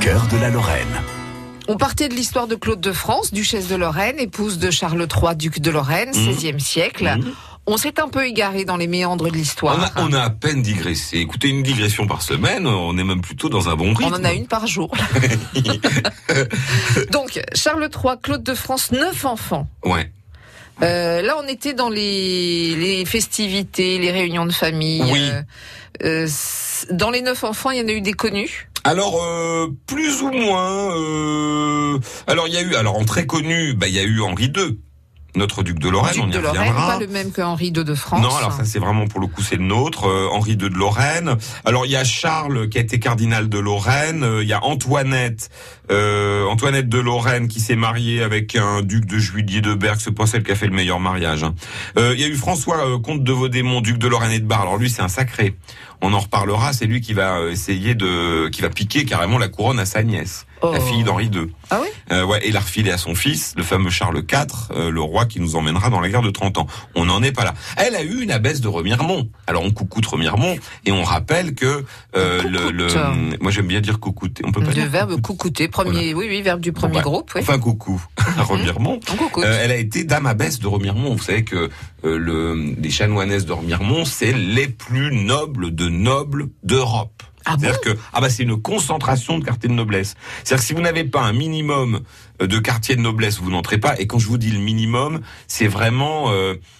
cœur de la Lorraine. On partait de l'histoire de Claude de France, duchesse de Lorraine, épouse de Charles III, duc de Lorraine, XVIe siècle. On s'est un peu égaré dans les méandres de l'histoire. On a à peine digressé. Écoutez, une digression par semaine, on est même plutôt dans un bon rythme. On en a une par jour. Donc, Charles III, Claude de France, 9 enfants. Ouais. Là, on était dans les festivités, les réunions de famille. Oui. Dans les 9 enfants, il y en a eu des connus. Alors, plus ou moins. Alors, il y a eu. Alors, en très connu, il y a eu Henri II. Notre duc de Lorraine, on y reviendra. Lorraine, pas le même que Henri II de France. Non, alors ça c'est vraiment pour le coup c'est le nôtre, Henri II de Lorraine. Alors il y a Charles qui a été cardinal de Lorraine, il y a Antoinette de Lorraine qui s'est mariée avec un duc de Juilly de Berg, c'est pas celle qui a fait le meilleur mariage. Il y a eu François comte de Vaudémont, duc de Lorraine et de Bar. Alors lui c'est un sacré. On en reparlera, c'est lui qui va qui va piquer carrément la couronne à sa nièce, la fille d'Henri II. Ah oui? Et la refiler à son fils, le fameux Charles IV, le roi qui nous emmènera dans la guerre de 30 ans. On n'en est pas là. Elle a eu une abbesse de Remiremont. Alors on coucoute Remiremont et on rappelle que moi j'aime bien dire coucouter. On peut pas le dire verbe coucouter, premier, voilà. Oui, verbe du premier groupe. Oui. Enfin coucou à Remiremont. Elle a été dame abbesse de Remiremont. Vous savez que les chanoinesses de Remiremont, c'est les plus nobles de nobles d'Europe. C'est-à-dire que c'est une concentration de quartiers de noblesse. C'est-à-dire que si vous n'avez pas un minimum de quartiers de noblesse, vous n'entrez pas. Et quand je vous dis le minimum, c'est vraiment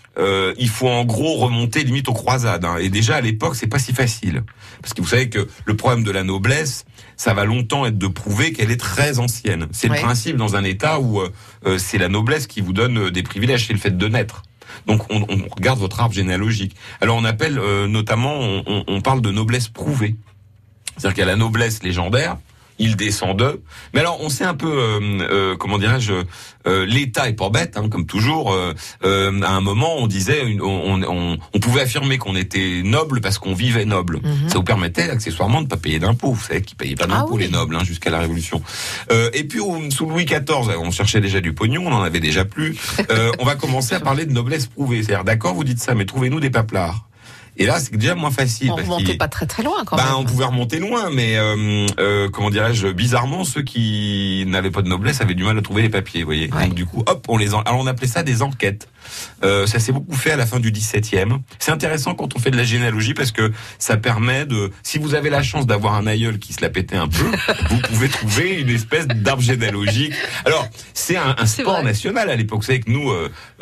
il faut en gros remonter limite aux croisades. Et déjà à l'époque, c'est pas si facile, parce que vous savez que le problème de la noblesse, ça va longtemps être de prouver qu'elle est très ancienne. C'est le principe dans un État où c'est la noblesse qui vous donne des privilèges, c'est le fait de naître. Donc on regarde votre arbre généalogique. Alors on appelle notamment, on parle de noblesse prouvée. C'est-à-dire qu'il y a la noblesse légendaire, il descend d'eux. Mais alors, on sait un peu, comment dirais-je, l'État est pas bête, comme toujours. À un moment, on disait, on pouvait affirmer qu'on était noble parce qu'on vivait noble. Ça vous permettait accessoirement de pas payer d'impôts. Vous savez qu'ils payaient pas d'impôts les nobles jusqu'à la Révolution. Et puis sous Louis XIV, on cherchait déjà du pognon, on en avait déjà plus. On va commencer à parler de noblesse prouvée. C'est-à-dire, d'accord, vous dites ça, mais trouvez-nous des paplards. Et là, c'est déjà moins facile. On remontait pas très loin, quand même. On pouvait remonter loin, mais comment dirais-je, bizarrement, ceux qui n'avaient pas de noblesse avaient du mal à trouver les papiers, vous voyez. Donc du coup, hop, alors on appelait ça des enquêtes. Ça s'est beaucoup fait à la fin du XVIIe. C'est intéressant quand on fait de la généalogie parce que ça permet si vous avez la chance d'avoir un aïeul qui se la pétait un peu, vous pouvez trouver une espèce d'arbre généalogique. Alors, c'est un sport national à l'époque. Vous savez que nous,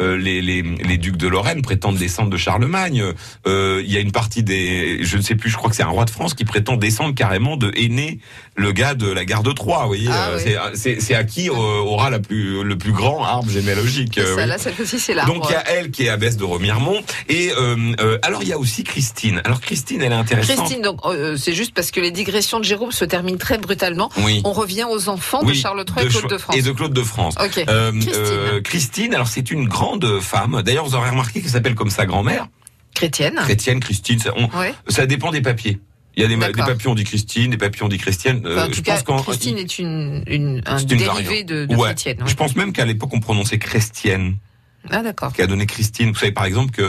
les ducs de Lorraine prétendent descendre de Charlemagne. Il y a une partie je ne sais plus, je crois que c'est un roi de France qui prétend descendre carrément de Aîné, le gars de la gare de Troyes. Vous voyez, c'est à qui aura le plus grand arbre généalogique. Là, cette fois-ci, c'est l'arbre. Donc il y a elle qui est abbesse de Remiremont et alors il y a aussi Christine. Alors Christine, elle est intéressante. Christine, donc c'est juste parce que les digressions de Jérôme se terminent très brutalement. Oui. On revient aux enfants de Charles III et Claude de France. Et de Claude de France. Okay. Christine, alors c'est une grande femme. D'ailleurs, vous aurez remarqué qu'elle s'appelle comme sa grand-mère. Chrétienne, Christine. Ça dépend des papiers. Il y a des papiers on dit Christine, des papiers on dit Christienne. En tout cas, Christine est un dérivé de chrétienne. Je pense même qu'à l'époque on prononçait Christienne. Ah d'accord. Qui a donné Christine. Vous savez par exemple que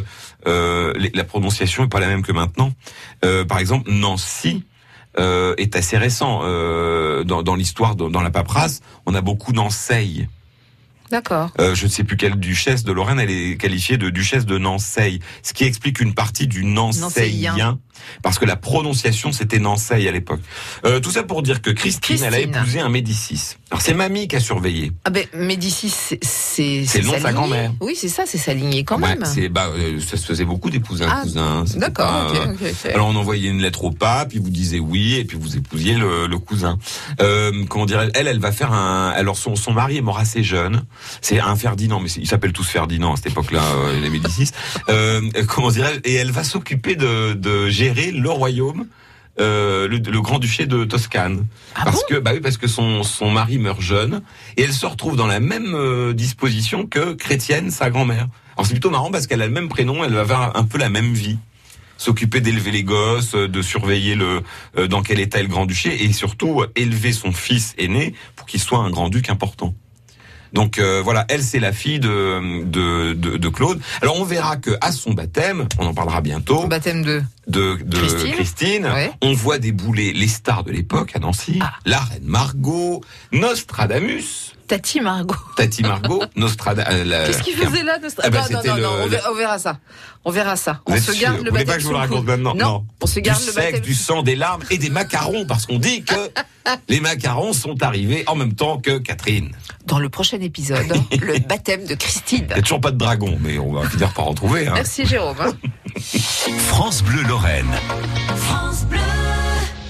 la prononciation est pas la même que maintenant. Par exemple, Nancy est assez récent dans l'histoire, dans la paperasse. On a beaucoup Nancy. D'accord. Je ne sais plus quelle duchesse de Lorraine, elle est qualifiée de duchesse de Nancy, ce qui explique une partie du nancéien, parce que la prononciation c'était Nancy à l'époque. Tout ça pour dire que Christine, elle a épousé un Médicis. Alors c'est mamie qui a surveillé. Ah ben Médicis, c'est le nom de sa grand-mère. Oui, c'est ça, c'est sa lignée quand même. Ça se faisait beaucoup d'épouser un cousin. D'accord. Okay. Alors on envoyait une lettre au pape, puis vous disiez oui, et puis vous épousiez le cousin. Comment dire, elle va faire alors son mari est mort assez jeune. C'est un Ferdinand, mais ils s'appellent tous Ferdinand à cette époque-là, les Médicis. Comment dirais-je, et elle va s'occuper de gérer le royaume, le grand-duché de Toscane. Parce que son mari meurt jeune, et elle se retrouve dans la même disposition que Chrétienne, sa grand-mère. Alors c'est plutôt marrant parce qu'elle a le même prénom, elle va avoir un peu la même vie. S'occuper d'élever les gosses, de surveiller dans quel état est le grand-duché, et surtout élever son fils aîné pour qu'il soit un grand-duc important. Donc voilà, elle c'est la fille de Claude. Alors on verra que à son baptême, on en parlera bientôt. Son baptême de Christine. Ouais. On voit débouler les stars de l'époque à Nancy. La reine Margot, Nostradamus. Tati Margot, Nostradamus. Qu'est-ce qu'il faisait là, Nostradamus? Non, on verra ça. On se garde le baptême. Vous voulez pas que je vous le raconte maintenant? Non. On se garde du le baptême. sexe, du sang, des larmes et des macarons, parce qu'on dit que les macarons sont arrivés en même temps que Catherine. Dans le prochain épisode, le baptême de Christine. Il n'y a toujours pas de dragon, mais on va finir par en trouver. Merci Jérôme. France Bleu Lorraine. France Bleu.